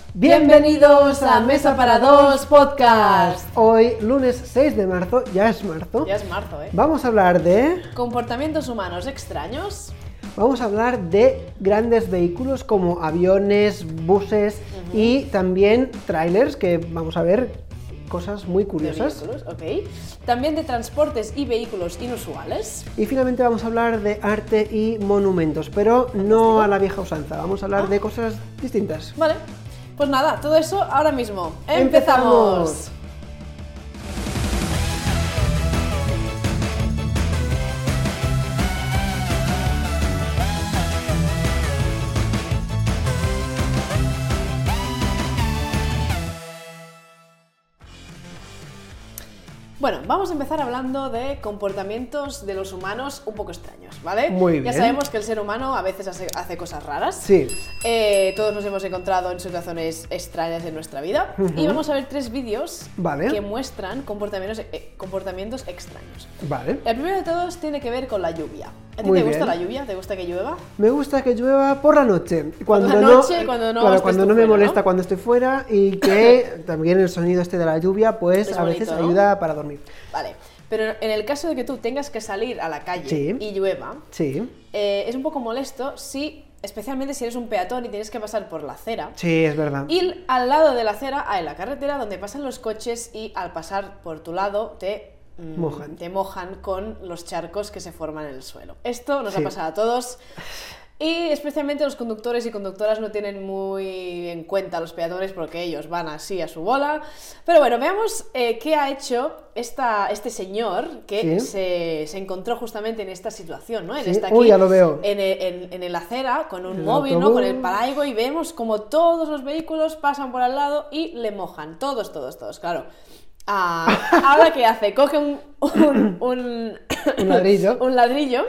Bienvenidos a Mesa para Dos Podcast. Hoy, lunes 6 de marzo, ya es marzo. Ya es marzo, ¿eh? Vamos a hablar de... Comportamientos humanos extraños. Vamos a hablar de grandes vehículos como aviones, buses y también trailers, que vamos a ver cosas muy curiosas. De vehículos, ok. También de transportes y vehículos inusuales. Y finalmente vamos a hablar de arte y monumentos, pero no a la vieja usanza, vamos a hablar de cosas distintas. Vale, pues nada, todo eso ahora mismo. ¡Empezamos! ¡Empezamos! Bueno, vamos a empezar hablando de comportamientos de los humanos un poco extraños, ¿vale? Muy bien. Ya sabemos que el ser humano a veces hace cosas raras. Sí. Todos nos hemos encontrado en situaciones extrañas en nuestra vida. Y vamos a ver 3 vídeos que muestran comportamientos extraños. Vale. El primero de todos tiene que ver con la lluvia. ¿A ti Muy te gusta bien. la lluvia? ¿Te gusta que llueva? Me gusta que llueva por la noche. Cuando Cuando no me molesta ¿no? cuando estoy fuera y que también el sonido este de la lluvia pues Es a veces bonito, ¿no? ayuda para dormir. Vale, pero en el caso de que tú tengas que salir a la calle Sí. y llueva, Sí, es un poco molesto especialmente si eres un peatón y tienes que pasar por la acera. sí, es verdad. Y al lado de la acera hay la carretera donde pasan los coches y al pasar por tu lado te mojan con los charcos que se forman en el suelo. Esto nos ha pasado a todos. Y especialmente los conductores y conductoras no tienen muy en cuenta a los peatones porque ellos van así a su bola. Pero bueno, veamos qué ha hecho este señor que se encontró justamente en esta situación, ¿no? Él está aquí ya lo veo. en el acera con un El móvil, ¿no? autobús. Con el paraguas y vemos como todos los vehículos pasan por al lado y le mojan. Todos, claro. Ahora, ¿qué hace? Coge un ladrillo. un ladrillo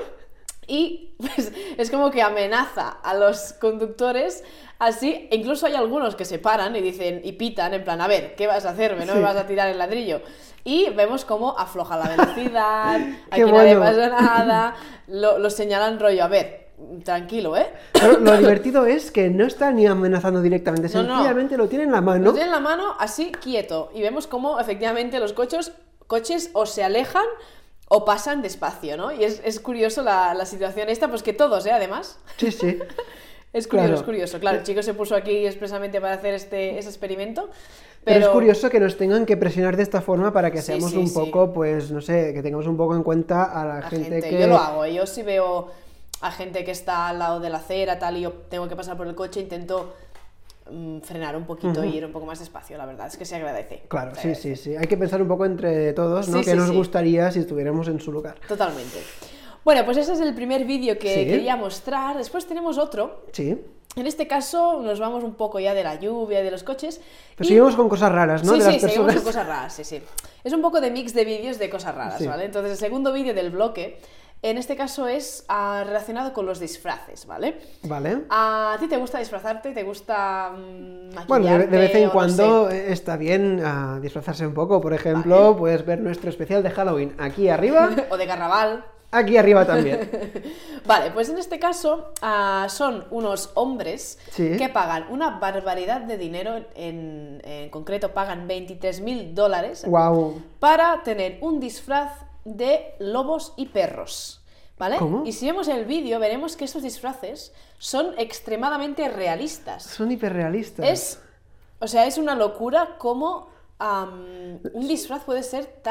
y pues es como que amenaza a los conductores así. Incluso hay algunos que se paran y dicen y pitan en plan, a ver, ¿qué vas a hacerme? ¿No me vas a tirar el ladrillo? Y vemos cómo afloja la velocidad, aquí no le pasa nada, lo señalan rollo, a ver, tranquilo, ¿eh? Pero lo divertido es que no está ni amenazando directamente, sencillamente lo tiene en la mano. Lo tiene en la mano así quieto y vemos cómo efectivamente los coches o se alejan o pasan despacio, ¿no? Y es curioso la situación esta, pues que todos, además. Sí, sí. Es curioso, es curioso. Claro, el chico se puso aquí expresamente para hacer ese experimento. Pero es curioso que nos tengan que presionar de esta forma para que seamos un poco, sí. Pues, no sé, que tengamos un poco en cuenta a la gente que... Yo lo hago, yo sí veo a gente que está al lado de la acera, tal, y yo tengo que pasar por el coche, intento frenar un poquito y ir un poco más despacio, la verdad, es que se agradece. Claro, sí. Hay que pensar un poco entre todos, ¿no? Sí, ¿Qué sí, nos sí. gustaría si estuviéramos en su lugar? Totalmente. Bueno, pues ese es el primer vídeo que Sí. quería mostrar. Después tenemos otro. Sí. En este caso nos vamos un poco ya de la lluvia, de los coches. Pero seguimos con cosas raras, ¿no? Sí, de las seguimos personas. con cosas raras, sí. Es un poco de mix de vídeos de cosas raras, Sí. ¿vale? Entonces el segundo vídeo del bloque, en este caso es relacionado con los disfraces, ¿vale? Vale. ¿A ti te gusta disfrazarte? ¿Te gusta maquillarte? Bueno, de vez en o cuando no sé? está bien disfrazarse un poco. Por ejemplo, puedes ver nuestro especial de Halloween aquí arriba, O de carnaval. aquí arriba también. Vale, pues en este caso son unos hombres Sí. que pagan una barbaridad de dinero, en concreto pagan $23,000 Wow. para tener un disfraz de lobos y perros, ¿vale? ¿Cómo? Y si vemos el vídeo veremos que estos disfraces son extremadamente realistas. Son hiperrealistas. Es una locura cómo un disfraz puede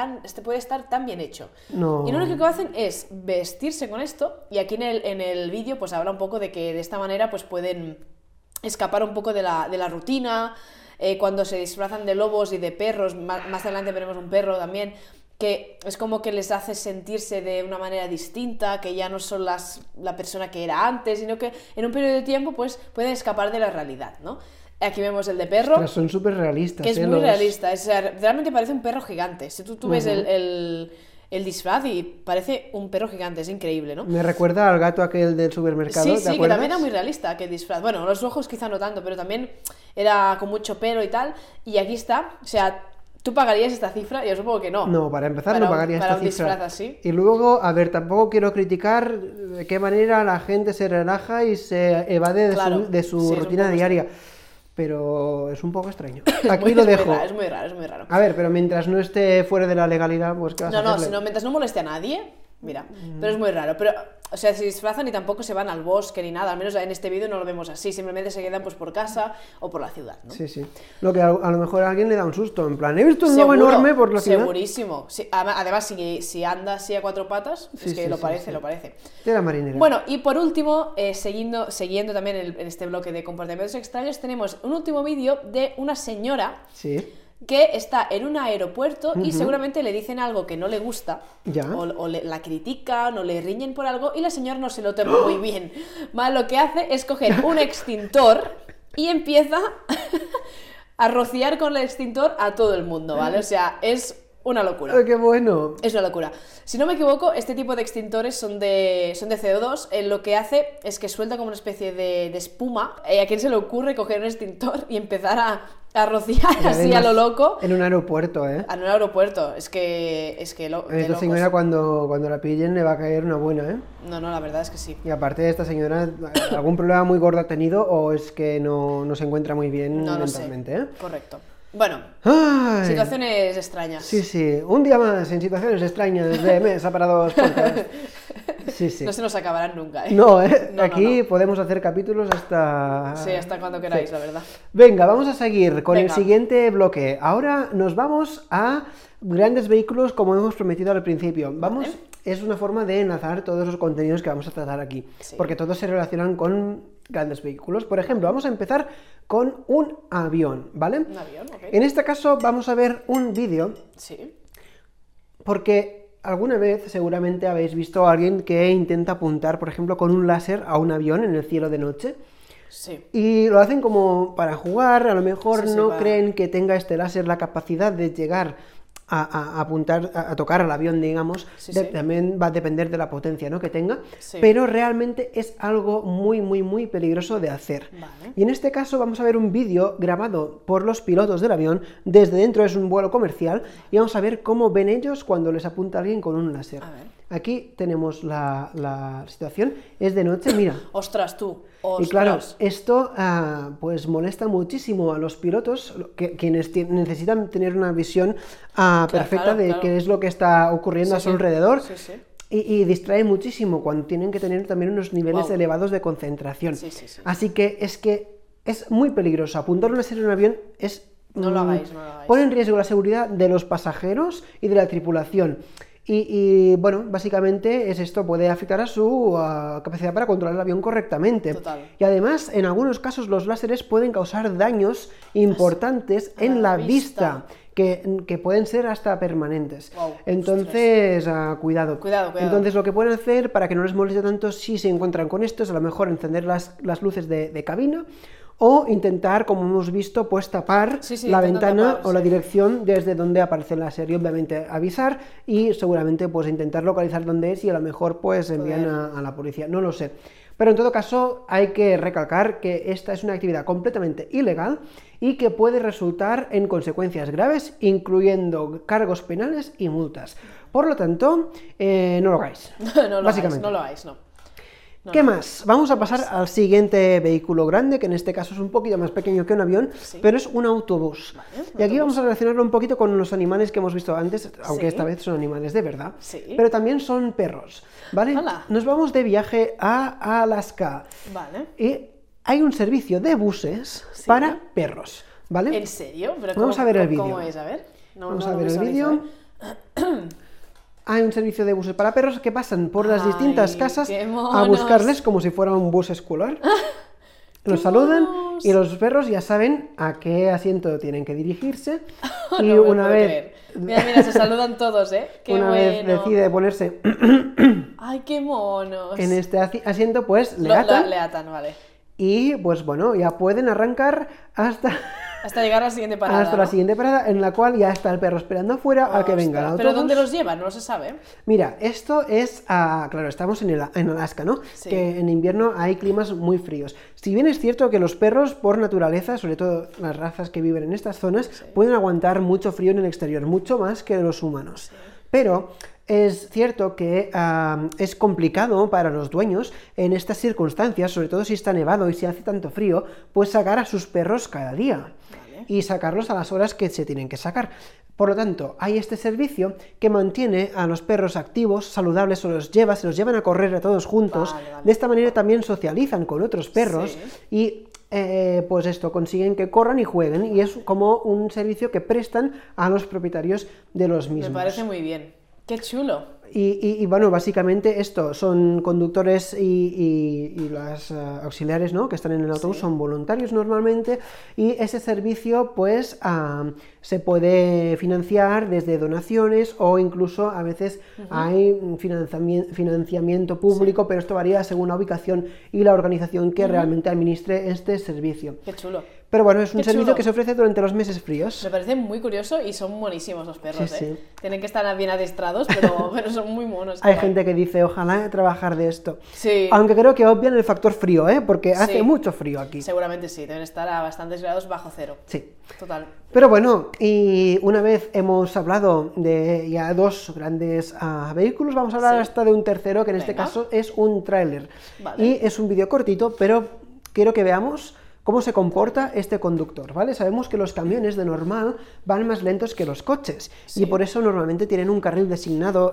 estar tan bien hecho. No. Y lo único que hacen es vestirse con esto, y aquí en el vídeo pues habla un poco de que de esta manera pues pueden escapar un poco de la rutina. Cuando se disfrazan de lobos y de perros, más adelante veremos un perro también, que es como que les hace sentirse de una manera distinta, que ya no son la persona que era antes, sino que en un periodo de tiempo pues pueden escapar de la realidad, ¿no? Aquí vemos el de perro. Pero son súper realistas. Que es muy realista, realmente parece un perro gigante. Si tú ves el disfraz y parece un perro gigante, es increíble, ¿no? Me recuerda al gato aquel del supermercado, Sí, ¿te sí, que acuerdas? también era muy realista aquel disfraz. Bueno, los ojos quizá no tanto, pero también era con mucho pelo y tal. Y aquí está, o sea, ¿tú pagarías esta cifra? Yo supongo que no. No, para empezar no pagaría esta para un cifra. disfraz así. Y luego, a ver, tampoco quiero criticar de qué manera la gente se relaja y se evade de Claro, de su sí, es un rutina poco diaria. pero es un poco extraño. Aquí lo dejo. Es muy raro, es muy raro. A ver, pero mientras no esté fuera de la legalidad, pues ¿qué vas a hacerle? No, mientras no moleste a nadie, mira, pero es muy raro. Pero, o sea, se disfrazan y tampoco se van al bosque ni nada, al menos en este vídeo no lo vemos así, simplemente se quedan pues por casa o por la ciudad, ¿no? Sí. Lo que a lo mejor a alguien le da un susto, en plan, he visto un lobo enorme por la ciudad. Segurísimo. Sí, además, si anda así a cuatro patas, es que lo parece. De la marinera. Bueno, y por último, siguiendo también en este bloque de comportamientos extraños, tenemos un último vídeo de una señora que está en un aeropuerto y seguramente le dicen algo que no le gusta o la critican o le riñen por algo y la señora no se lo toma muy bien. Lo que hace es coger un extintor y empieza a rociar con el extintor a todo el mundo, ¿vale? O sea, es una locura. ¡Qué bueno! Es una locura. Si no me equivoco, este tipo de extintores son de CO2. Lo que hace es que suelta como una especie de espuma. ¿A quién se le ocurre coger un extintor y empezar a rociar así a lo loco? En un aeropuerto, ¿eh? En un aeropuerto. Es que esta señora cuando la pillen le va a caer una buena, ¿eh? No, la verdad es que sí. Y aparte de esta señora, ¿algún problema muy gordo ha tenido o es que no se encuentra muy bien mentalmente? No sé. Correcto. Bueno, situaciones extrañas. Sí, un día más en situaciones extrañas de Mesa para Dos podcast. Sí. No se nos acabarán nunca, ¿eh? No, aquí podemos hacer capítulos hasta... Sí, hasta cuando queráis, la verdad. Venga, vamos a seguir con el siguiente bloque. Ahora nos vamos a grandes vehículos, como hemos prometido al principio. Es una forma de enlazar todos los contenidos que vamos a tratar aquí, porque todos se relacionan con grandes vehículos. Por ejemplo, vamos a empezar con un avión, ¿vale? Un avión, ok. En este caso vamos a ver un vídeo, porque alguna vez seguramente habéis visto a alguien que intenta apuntar, por ejemplo, con un láser a un avión en el cielo de noche. Sí. Y lo hacen como para jugar, a lo mejor creen que tenga este láser la capacidad de llegar a apuntar, a tocar al avión, digamos, también va a depender de la potencia, ¿no?, que tenga, pero realmente es algo muy, muy, muy peligroso de hacer. Vale. Y en este caso vamos a ver un vídeo grabado por los pilotos del avión, desde dentro, es un vuelo comercial, y vamos a ver cómo ven ellos cuando les apunta alguien con un láser. Aquí tenemos la situación, es de noche, mira. ¡Ostras, tú! ¡Ostras! Y claro, esto pues molesta muchísimo a los pilotos, quienes necesitan tener una visión perfecta de qué es lo que está ocurriendo a su alrededor. Y distrae muchísimo cuando tienen que tener también unos niveles elevados de concentración. Así que es muy peligroso. Apuntar una serie en un avión no lo hagáis. Pone en riesgo la seguridad de los pasajeros y de la tripulación. Y bueno, básicamente esto puede afectar a su capacidad para controlar el avión correctamente. Total. Y además, en algunos casos, los láseres pueden causar daños importantes en la vista. Que pueden ser hasta permanentes. Entonces, cuidado. Entonces, lo que pueden hacer para que no les moleste tanto si se encuentran con esto es a lo mejor encender las luces de cabina o intentar, como hemos visto, pues tapar la ventana o la dirección desde donde aparece el láser y obviamente avisar y seguramente pues intentar localizar dónde es y a lo mejor pues envían a la policía, no lo sé. Pero en todo caso hay que recalcar que esta es una actividad completamente ilegal y que puede resultar en consecuencias graves, incluyendo cargos penales y multas. Por lo tanto, no lo hagáis. Básicamente. No lo hagáis, no. ¿Qué más? Vamos a pasar al siguiente vehículo grande, que en este caso es un poquito más pequeño que un avión, pero es un autobús. Y aquí vamos a relacionarlo un poquito con los animales que hemos visto antes, aunque esta vez son animales de verdad, pero también son perros, ¿vale? Nos vamos de viaje a Alaska. Y hay un servicio de buses para perros, ¿vale? ¿En serio? ¿Pero vamos a ver el vídeo. ¿Cómo es? A ver. Vamos a ver el vídeo. Hay un servicio de buses para perros que pasan por las distintas casas a buscarles como si fuera un bus escolar. Los saludan y los perros ya saben a qué asiento tienen que dirigirse. Y una vez... Mira, se saludan todos, ¿eh? Una vez decide ponerse... ¡Ay, qué monos! En este asiento, pues le atan. Le atan, vale. Y pues bueno, ya pueden arrancar hasta llegar a la siguiente parada. Hasta la siguiente parada, en la cual ya está el perro esperando afuera a que venga el autobús. ¿Pero dónde los llevan? No se sabe. Mira, esto es... claro, estamos en Alaska, ¿no? Que en invierno hay climas muy fríos. Si bien es cierto que los perros, por naturaleza, sobre todo las razas que viven en estas zonas, pueden aguantar mucho frío en el exterior, mucho más que los humanos. Pero es cierto que es complicado para los dueños en estas circunstancias, sobre todo si está nevado y si hace tanto frío, pues sacar a sus perros cada día y sacarlos a las horas que se tienen que sacar. Por lo tanto, hay este servicio que mantiene a los perros activos, saludables, se los llevan a correr a todos juntos. De esta manera también socializan con otros perros y pues esto, consiguen que corran y jueguen, y es como un servicio que prestan a los propietarios de los mismos. Me parece muy bien. ¡Qué chulo! Y bueno, básicamente esto, son conductores y las auxiliares, ¿no?, que están en el autobús, son voluntarios normalmente, y ese servicio pues se puede financiar desde donaciones o incluso a veces hay financiamiento público, pero esto varía según la ubicación y la organización que realmente administre este servicio. ¡Qué chulo! Pero bueno, es un servicio que se ofrece durante los meses fríos. Me parece muy curioso y son buenísimos los perros, ¿eh? Sí. Tienen que estar bien adestrados, pero son muy monos. Hay gente que dice, ojalá trabajar de esto. Sí. Aunque creo que obvian el factor frío, ¿eh? Porque hace mucho frío aquí. Seguramente sí, deben estar a bastantes grados bajo cero. Sí. Total. Pero bueno, y una vez hemos hablado de ya 2 grandes vehículos, vamos a hablar hasta de un tercero, que en este caso es un tráiler. Vale. Y es un vídeo cortito, pero quiero que veamos cómo se comporta este conductor, ¿vale? Sabemos que los camiones de normal van más lentos que los coches, y por eso normalmente tienen un carril designado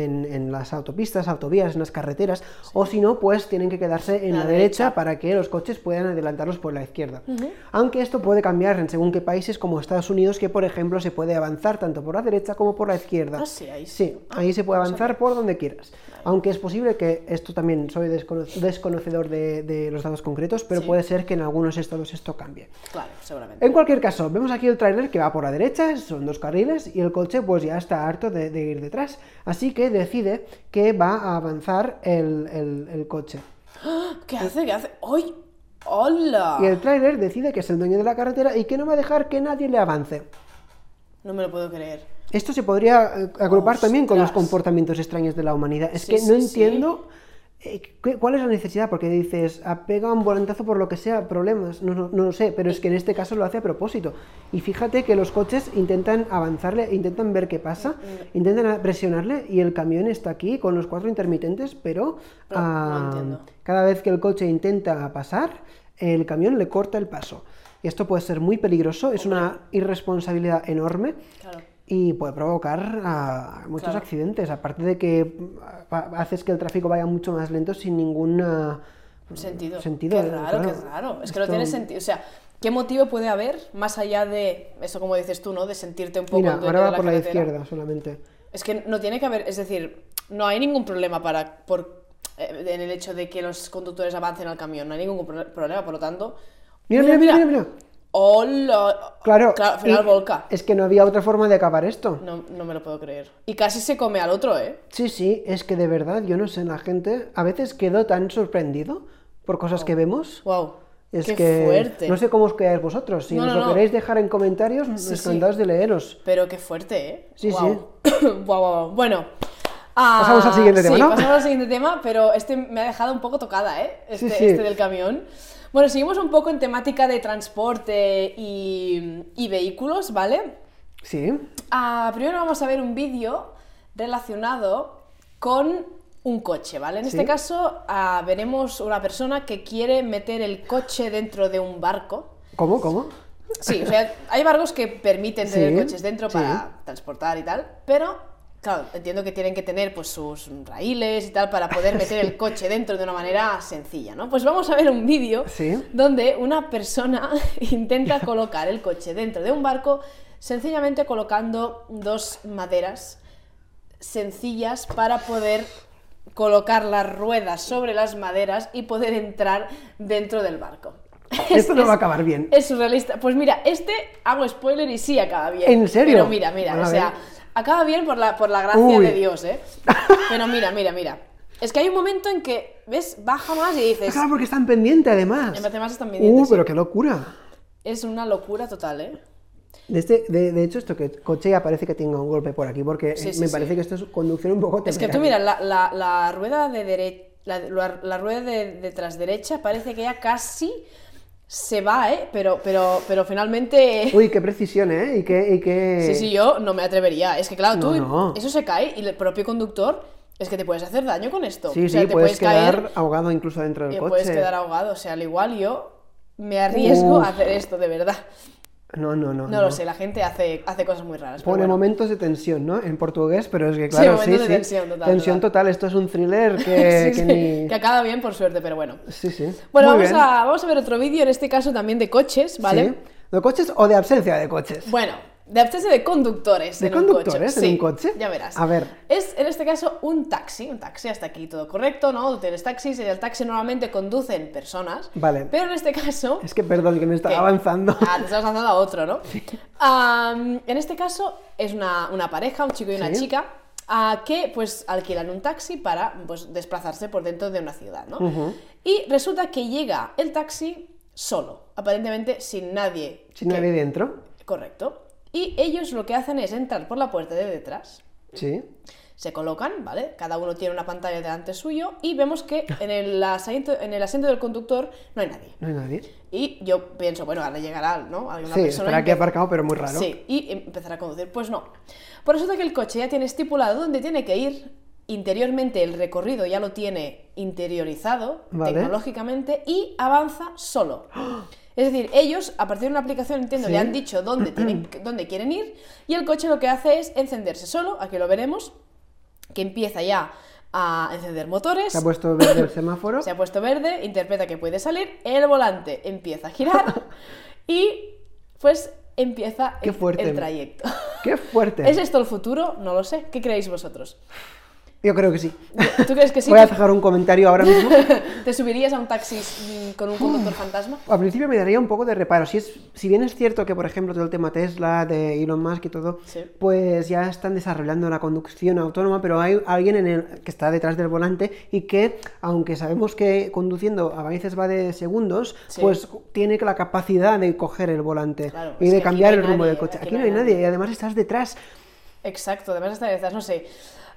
en las autopistas, autovías, en las carreteras, o si no, pues tienen que quedarse en la derecha para que los coches puedan adelantarlos por la izquierda. Aunque esto puede cambiar en según qué países, como Estados Unidos, que por ejemplo se puede avanzar tanto por la derecha como por la izquierda. Ahí se puede avanzar por donde quieras. Aunque es posible que, esto también soy desconocedor de los datos concretos, pero puede ser que en algunos estados esto cambie. Claro, seguramente. En cualquier caso, vemos aquí el tráiler que va por la derecha, son 2 carriles, y el coche pues ya está harto de ir detrás, así que decide que va a avanzar el coche. ¿Qué hace? ¿Qué hace? ¡Ay! ¡Hola! Y el tráiler decide que es el dueño de la carretera y que no va a dejar que nadie le avance. No me lo puedo creer. Esto se podría agrupar también con los comportamientos extraños de la humanidad. Es que no entiendo cuál es la necesidad, porque dices, pega un volantazo por lo que sea, problemas, no lo sé, pero es que en este caso lo hace a propósito. Y fíjate que los coches intentan avanzarle, intentan ver qué pasa, intentan presionarle, y el camión está aquí con los 4 intermitentes, pero no entiendo. Cada vez que el coche intenta pasar, el camión le corta el paso. Y esto puede ser muy peligroso, es una irresponsabilidad enorme. Claro. Y puede provocar muchos accidentes, aparte de que haces que el tráfico vaya mucho más lento sin ningún sentido. Qué raro, qué raro. Es que no tiene sentido. O sea, ¿qué motivo puede haber más allá de eso, como dices tú, ¿no? De sentirte un poco Mira, ahora va por la izquierda solamente. Es que no tiene que haber, es decir, no hay ningún problema en el hecho de que los conductores avancen al camión, no hay ningún problema, por lo tanto... Mira. ¡Hola! Claro, al final volca. Es que no había otra forma de acabar esto. No me lo puedo creer. Y casi se come al otro, ¿eh? Sí, es que de verdad, yo no sé, la gente a veces quedó tan sorprendido por cosas que vemos. ¡Wow! Es ¡Qué que fuerte! No sé cómo os quedáis vosotros. Si nos lo queréis dejar en comentarios, encantados de leeros. Pero qué fuerte, ¿eh? Sí. Wow. Bueno... pasamos al siguiente tema, ¿no? Pasamos al siguiente tema, pero este me ha dejado un poco tocada, ¿eh? Este del camión. Bueno, seguimos un poco en temática de transporte y vehículos, ¿vale? Sí. Primero vamos a ver un vídeo relacionado con un coche, ¿vale? En este caso veremos una persona que quiere meter el coche dentro de un barco. ¿Cómo? Sí, o sea, hay barcos que permiten tener coches dentro para transportar y tal, pero... Claro, entiendo que tienen que tener pues sus raíles y tal para poder meter el coche dentro de una manera sencilla, ¿no? Pues vamos a ver un vídeo donde una persona intenta colocar el coche dentro de un barco sencillamente colocando 2 maderas sencillas para poder colocar las ruedas sobre las maderas y poder entrar dentro del barco. Esto no va a acabar bien. Es surrealista. Pues mira, hago spoiler y sí acaba bien. ¿En serio? Pero mira, o sea... Acaba bien por la gracia de Dios, ¿eh? Pero mira. Es que hay un momento en que, ¿ves? Baja más y dices... Claro, porque están pendientes, además. Están pendientes, pero qué locura. Es una locura total, ¿eh? De hecho, esto que coche ya parece que tenga un golpe por aquí, porque me parece que esto es conducción un poco temeraria. Es que tú mira, la rueda de rueda de detrás derecha parece que ya casi se va, pero finalmente... Uy, qué precisión, ¿eh? Sí, yo no me atrevería. Es que claro, tú, eso se cae y el propio conductor, es que te puedes hacer daño con esto. Sí, o sea, te puedes quedar ahogado incluso dentro del coche. Puedes quedar ahogado, o sea, al igual yo me arriesgo a hacer esto, de verdad. No lo sé, la gente hace cosas muy raras. Pone momentos de tensión, ¿no? En portugués, pero es que claro, momentos de tensión, total. Tensión total. Esto es un thriller que acaba bien, por suerte, pero bueno. Sí. Bueno, vamos a ver otro vídeo, en este caso también de coches, ¿vale? ¿Sí? ¿De coches o de ausencia de coches? Bueno, de abstenerse de conductores. ¿De conductores en un coche? Ya verás. A ver. Es en este caso un taxi, hasta aquí todo correcto, ¿no? Tú tienes taxis, en el taxi normalmente conducen personas. Vale. Pero en este caso... Es que perdón, que me estaba avanzando. Te estás avanzando a otro, ¿no? Sí. En este caso es una pareja, un chico y una chica, que pues alquilan un taxi para pues, desplazarse por dentro de una ciudad, ¿no? Y resulta que llega el taxi solo, aparentemente sin nadie. Sin nadie dentro. Correcto. Y ellos lo que hacen es entrar por la puerta de detrás. Sí. Se colocan, ¿vale? Cada uno tiene una pantalla delante suyo y vemos que en el asiento del conductor no hay nadie. No hay nadie. Y yo pienso, bueno, ahora llegará, ¿no? Alguna persona estará aquí aparcado, pero muy raro. Sí, y empezará a conducir. Pues no. Por eso que el coche ya tiene estipulado dónde tiene que ir. Interiormente el recorrido ya lo tiene interiorizado, tecnológicamente, y avanza solo. Es decir, ellos, a partir de una aplicación, entiendo, le han dicho dónde quieren ir, y el coche lo que hace es encenderse solo, aquí lo veremos, que empieza ya a encender motores. Se ha puesto verde el semáforo. Se ha puesto verde, interpreta que puede salir, el volante empieza a girar, y pues empieza el trayecto. ¡Qué fuerte! ¿Es esto el futuro? No lo sé. ¿Qué creéis vosotros? Yo creo que sí. ¿Tú crees que sí? Voy a dejar un comentario ahora mismo. ¿Te subirías a un taxi con un conductor fantasma? Al principio me daría un poco de reparo. Si bien es cierto que, por ejemplo, todo el tema Tesla, de Elon Musk y todo, pues ya están desarrollando la conducción autónoma, pero hay alguien que está detrás del volante y que, aunque sabemos que conduciendo a veces va de segundos, pues tiene la capacidad de coger el volante y de cambiar el rumbo del coche. Aquí no hay nadie y además estás detrás. Exacto, además estás detrás, no sé.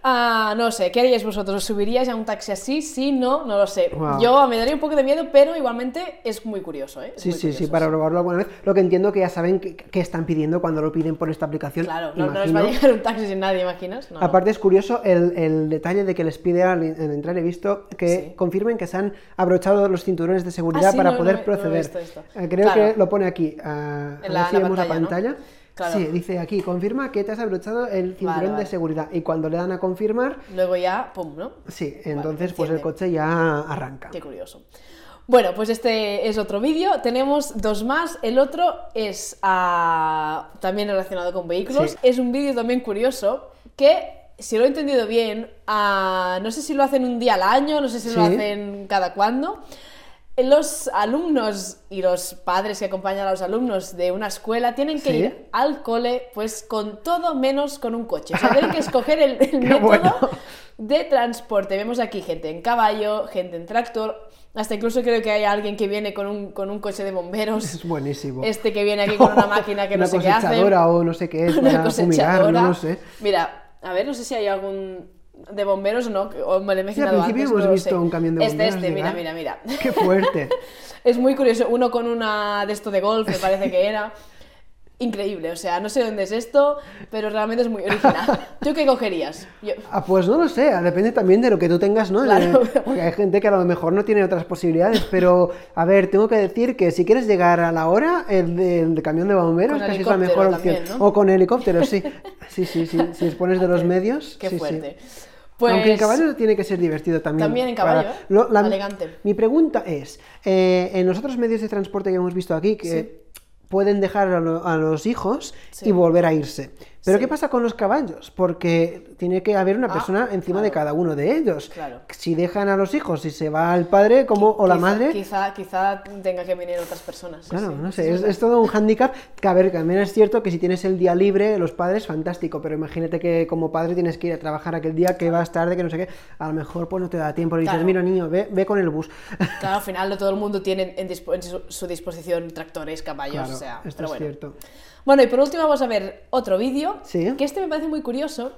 No sé, ¿qué haríais vosotros? ¿Os subiríais a un taxi así? Sí, no lo sé. Wow. Yo me daría un poco de miedo, pero igualmente es muy curioso, ¿eh? Sí, para probarlo alguna vez. Lo que entiendo que ya saben que están pidiendo cuando lo piden por esta aplicación. Claro, no les va a llegar un taxi sin nadie, ¿imaginas? No, Aparte es curioso el detalle de que les pide al entrar, he visto que confirmen que se han abrochado los cinturones de seguridad para poder proceder. Creo que lo pone aquí. En la pantalla, ¿no? Claro. Sí, dice aquí, confirma que te has abrochado el cinturón de seguridad. Y cuando le dan a confirmar... Luego ya, pum, ¿no? Sí, entonces pues el coche ya arranca. Qué curioso. Bueno, pues este es otro vídeo. Tenemos dos más. El otro es también relacionado con vehículos. Sí. Es un vídeo también curioso que, si lo he entendido bien, no sé si lo hacen un día al año, no sé si lo hacen cada cuándo. Los alumnos y los padres que acompañan a los alumnos de una escuela tienen que ir al cole pues con todo menos con un coche. O sea, tienen que escoger el método de transporte. Vemos aquí gente en caballo, gente en tractor, hasta incluso creo que hay alguien que viene con un coche de bomberos. Es buenísimo. Que viene aquí con una máquina que no sé qué hace. Una cosechadora o no sé qué es, para fumigar, no lo sé. Mira, a ver, no sé si hay algún... de bomberos o me lo he imaginado al principio antes, hemos visto un camión de bomberos. Mira. ¡Qué fuerte! Es muy curioso, uno con una de esto de golf, me parece que era. Increíble, o sea, no sé dónde es esto, pero realmente es muy original. ¿Tú qué cogerías? Pues no lo sé, depende también de lo que tú tengas, ¿no? Claro. Porque hay gente que a lo mejor no tiene otras posibilidades, pero, a ver, tengo que decir que si quieres llegar a la hora, el de camión de bomberos casi es la mejor opción. También, ¿no? O con helicóptero, sí. Sí, si dispones de los medios. Qué fuerte. Sí. Pues, aunque en caballo tiene que ser divertido también. También en caballo, elegante. Mi pregunta es, en los otros medios de transporte que hemos visto aquí, que pueden dejar a los hijos y volver a irse. Pero ¿qué pasa con los caballos? Porque tiene que haber una persona encima de cada uno de ellos. Claro. Si dejan a los hijos, si se va el padre o la madre... Quizá tenga que venir otras personas. Claro, no sé, es todo un hándicap que, a ver, también es cierto que si tienes el día libre, los padres, fantástico, pero imagínate que como padre tienes que ir a trabajar aquel día, que vas tarde, que no sé qué, a lo mejor pues no te da tiempo, le dices, mira niño, ve con el bus. Claro, al final no todo el mundo tiene en su disposición tractores, caballos, claro, o sea... esto es cierto. Bueno, y por último vamos a ver otro vídeo, que me parece muy curioso,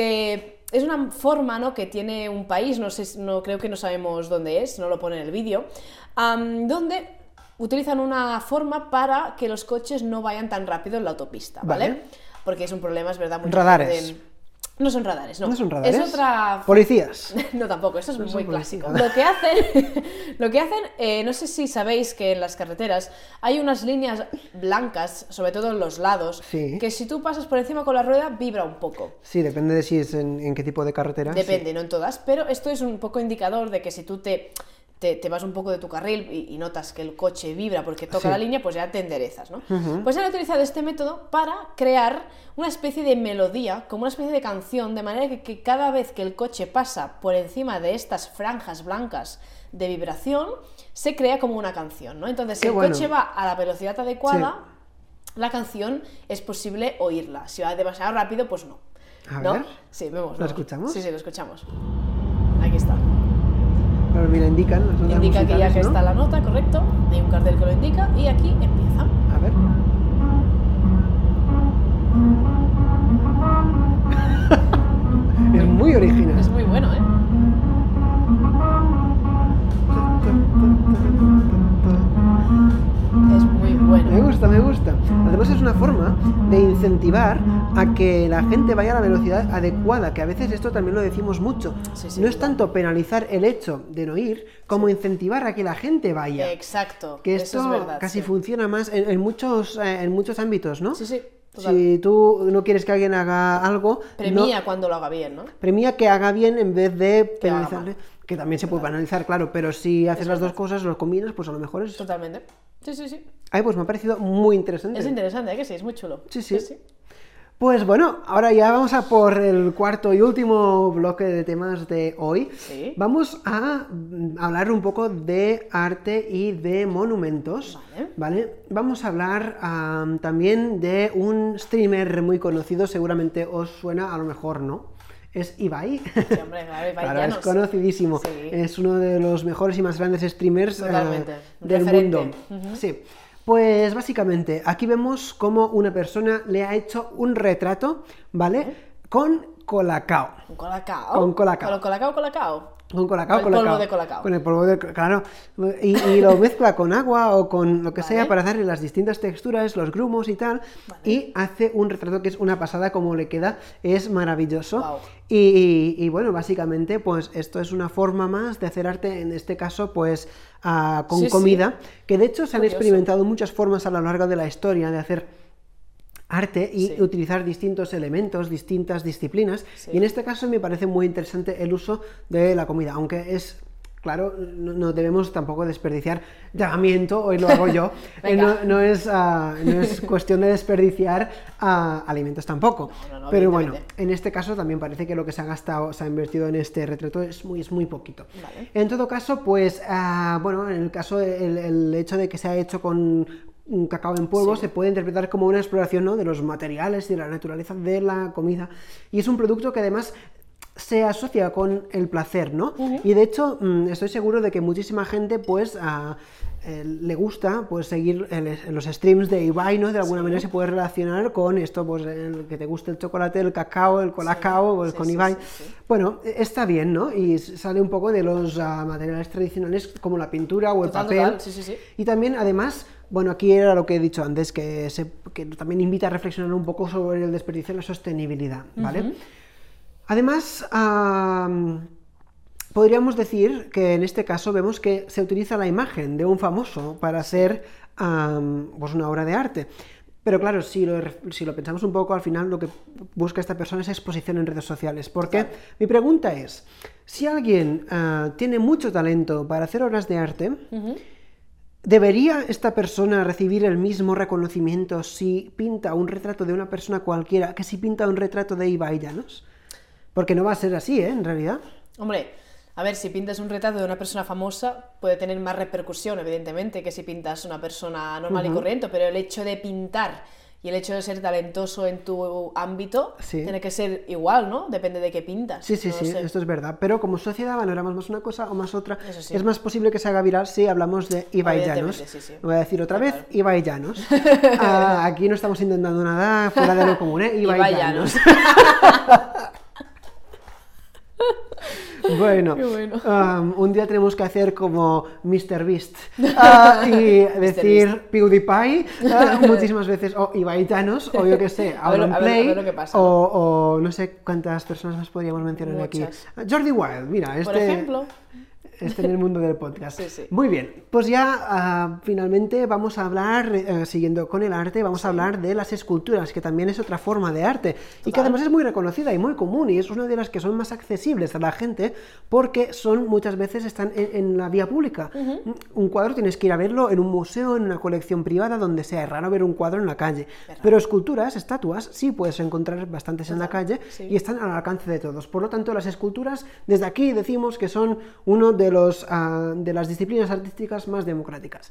que es una forma, ¿no?, que tiene un país, creo que no sabemos dónde es, no lo pone en el vídeo, donde utilizan una forma para que los coches no vayan tan rápido en la autopista, ¿vale? Porque es un problema, es verdad, muy radares. No son radares, no. ¿No son radares? Es otra... ¿Policías? No, tampoco, esto es muy clásico. Lo que hacen, no sé si sabéis que en las carreteras hay unas líneas blancas, sobre todo en los lados, que si tú pasas por encima con la rueda vibra un poco. Sí, depende de si es en qué tipo de carretera. Depende, no en todas, pero esto es un poco indicador de que si tú te vas un poco de tu carril y notas que el coche vibra porque toca la línea, pues ya te enderezas, ¿no? Pues han utilizado este método para crear una especie de melodía, como una especie de canción, de manera que cada vez que el coche pasa por encima de estas franjas blancas de vibración, se crea como una canción, ¿no? Entonces, si el coche va a la velocidad adecuada, la canción es posible oírla. Si va demasiado rápido, pues no. A ¿no? ver. Sí, vemos. ¿Lo escuchamos? Sí, lo escuchamos. Aquí está. Pero mira, indica que ya que está la nota, correcto. Hay un cartel que lo indica y aquí empieza. A ver. Es muy original. Es muy bueno, ¿eh? Es muy bueno. Me gusta. Además es una forma de incentivar a que la gente vaya a la velocidad adecuada, que a veces esto también lo decimos mucho. No es tanto penalizar el hecho de no ir, como incentivar a que la gente vaya. Exacto. Que esto eso es verdad, casi funciona más en muchos ámbitos, ¿no? Sí. Total. Si tú no quieres que alguien haga algo... Premia cuando lo haga bien, ¿no? Premia que haga bien en vez de penalizarle. Que también se puede penalizar, claro, pero si haces las dos cosas, los combinas, pues a lo mejor es... Totalmente. Sí. Ay, pues me ha parecido muy interesante. Es interesante, ¿eh? Que sí, es muy chulo. Sí. Pues bueno, ahora ya vamos a por el cuarto y último bloque de temas de hoy. Sí. Vamos a hablar un poco de arte y de monumentos. ¿Vale? Vamos a hablar también de un streamer muy conocido, seguramente os suena, a lo mejor no. Es Ibai. Sí, hombre, claro, Ibai claro, es conocidísimo. Sí. Es uno de los mejores y más grandes streamers del mundo. Sí. Pues básicamente, aquí vemos cómo una persona le ha hecho un retrato, ¿vale? Con Colacao. ¿Con Colacao? Con Colacao. ¿Con Colacao? Con Colacao, con el polvo de Colacao. Con el polvo de claro. Y lo mezcla con agua o con lo que sea para darle las distintas texturas, los grumos y tal. Y hace un retrato que es una pasada, como le queda, es maravilloso. Wow. Y bueno, básicamente, pues esto es una forma más de hacer arte, en este caso, pues con comida. Que de hecho se han experimentado muchas formas a lo largo de la historia de hacer arte y utilizar distintos elementos, distintas disciplinas, y en este caso me parece muy interesante el uso de la comida, aunque es, claro, no debemos tampoco desperdiciar llamamiento, hoy lo hago yo, no es cuestión de desperdiciar alimentos tampoco, pero bueno, en este caso también parece que lo que se ha gastado, se ha invertido en este retrato es muy poquito. En todo caso, pues, bueno, en el caso, el hecho de que se ha hecho con un cacao en polvo se puede interpretar como una exploración, ¿no?, de los materiales y de la naturaleza de la comida, y es un producto que además se asocia con el placer, ¿no? Y de hecho estoy seguro de que muchísima gente pues le gusta pues seguir los streams de Ibai, ¿no? De alguna manera se puede relacionar con esto, pues el que te guste el chocolate, el cacao, el colacao, pues, con Ibai. Bueno, está bien, ¿no? Y sale un poco de los materiales tradicionales como la pintura o el papel. Y también, además, bueno, aquí era lo que he dicho antes, que también invita a reflexionar un poco sobre el desperdicio y la sostenibilidad, ¿vale? Además, podríamos decir que en este caso vemos que se utiliza la imagen de un famoso para hacer pues una obra de arte. Pero claro, si lo pensamos un poco, al final lo que busca esta persona es exposición en redes sociales. Porque mi pregunta es, si alguien tiene mucho talento para hacer obras de arte, ¿debería esta persona recibir el mismo reconocimiento si pinta un retrato de una persona cualquiera que si pinta un retrato de Ibai Llanos? Porque no va a ser así, ¿eh? En realidad. Hombre, a ver, si pintas un retrato de una persona famosa puede tener más repercusión, evidentemente, que si pintas una persona normal y corriente, pero el hecho de pintar y el hecho de ser talentoso en tu ámbito tiene que ser igual, ¿no? Depende de qué pintas. Sí, esto es verdad. Pero como sociedad valoramos más una cosa o más otra. Es más posible que se haga viral si hablamos de Ibai Llanos. No voy a decir otra vez, Ibai Llanos. Aquí no estamos intentando nada fuera de lo común, ¿eh? Ibai Llanos. Bueno, un día tenemos que hacer como Mr. Beast y decir PewDiePie muchísimas veces, o Ibai Llanos, o yo que sé, Auronplay, o no sé cuántas personas más podríamos mencionar aquí. Jordi Wild, mira, por ejemplo. En el mundo del podcast. Sí. Muy bien, pues ya finalmente vamos a hablar, siguiendo con el arte, vamos a hablar de las esculturas, que también es otra forma de arte. Total. Y que además es muy reconocida y muy común, y es una de las que son más accesibles a la gente, porque muchas veces están en la vía pública. Un cuadro tienes que ir a verlo en un museo, en una colección privada, donde sea. Es raro ver un cuadro en la calle. Pero esculturas, estatuas, sí puedes encontrar bastantes en la calle, y están al alcance de todos. Por lo tanto, las esculturas, desde aquí decimos que son uno de las disciplinas artísticas más democráticas,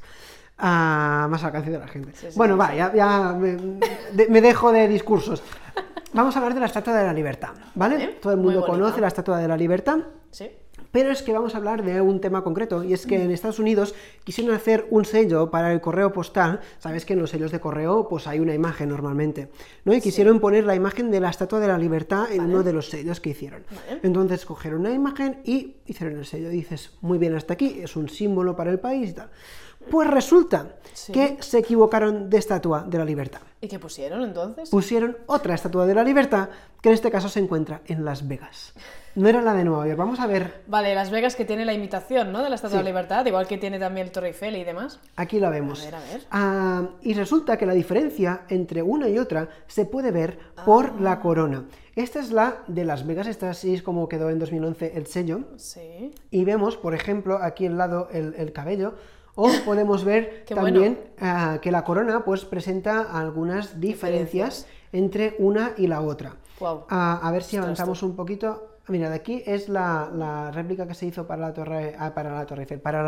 más al alcance de la gente. Bueno, ya me dejo de discursos. Vamos a hablar de la Estatua de la Libertad, ¿vale? Todo el mundo conoce la Estatua de la Libertad. Sí. Pero es que vamos a hablar de un tema concreto, y es que en Estados Unidos quisieron hacer un sello para el correo postal. Sabes que en los sellos de correo pues hay una imagen normalmente, ¿no? Y quisieron poner la imagen de la Estatua de la Libertad en uno de los sellos que hicieron. Entonces cogieron una imagen y hicieron el sello. Y dices, muy bien, hasta aquí, es un símbolo para el país y tal. Pues resulta que se equivocaron de Estatua de la Libertad. ¿Y qué pusieron entonces? Pusieron otra Estatua de la Libertad, que en este caso se encuentra en Las Vegas. No era la de Nueva York, vamos a ver. Vale, Las Vegas, que tiene la imitación, ¿no?, de la Estatua de la Libertad, igual que tiene también el Torre Eiffel y demás. Aquí la vemos. A ver. Y resulta que la diferencia entre una y otra se puede ver por la corona. Esta es la de Las Vegas, esta sí es como quedó en 2011 el sello. Sí. Y vemos, por ejemplo, aquí al lado el cabello. O podemos ver también que la corona pues presenta algunas diferencias entre una y la otra. Wow. A ver si avanzamos un poquito. Mira, de aquí es la réplica que se hizo para la Torre Eiffel, para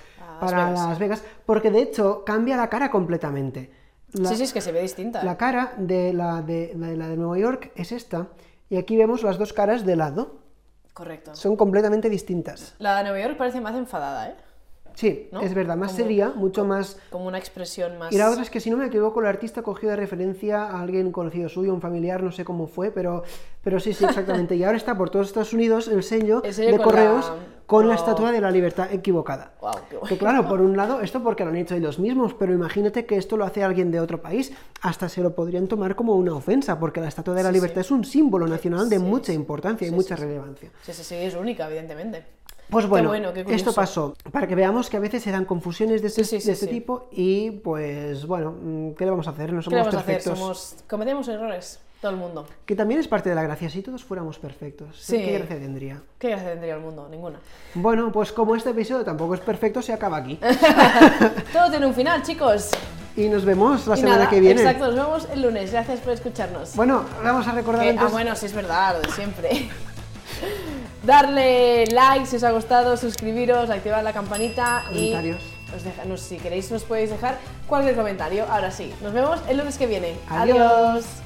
Las Vegas, porque de hecho cambia la cara completamente. Sí, es que se ve distinta. La cara de la de Nueva York es esta, y aquí vemos las dos caras de lado. Correcto. Son completamente distintas. La de Nueva York parece más enfadada, ¿eh? Sí, ¿no? Es verdad, más seria, mucho más... Como una expresión más... Y la otra es que, si no me equivoco, el artista cogió de referencia a alguien conocido suyo, un familiar, no sé cómo fue, pero sí, exactamente. Y ahora está por todos Estados Unidos el sello de correos con la Estatua de la Libertad equivocada. Wow, qué bueno. Que claro, por un lado, esto porque lo han hecho ellos mismos, pero imagínate que esto lo hace alguien de otro país, hasta se lo podrían tomar como una ofensa, porque la Estatua de la Libertad es un símbolo nacional de mucha importancia y mucha relevancia. Sí, es única, evidentemente. Pues bueno, qué esto pasó, para que veamos que a veces se dan confusiones de este tipo, y pues bueno, ¿qué le vamos a hacer? No somos perfectos. Cometemos errores, todo el mundo. Que también es parte de la gracia, si todos fuéramos perfectos, ¿qué gracia tendría? ¿Qué gracia tendría el mundo? Ninguna. Bueno, pues como este episodio tampoco es perfecto, se acaba aquí. Todo tiene un final, chicos. Y nos vemos la semana que viene. Exacto, nos vemos el lunes, gracias por escucharnos. Bueno, vamos a recordar antes... bueno, sí es verdad, lo de siempre. Darle like si os ha gustado, suscribiros, activar la campanita. Comentarios. Y si queréis nos podéis dejar cualquier comentario. Ahora sí, nos vemos el lunes que viene. Adiós.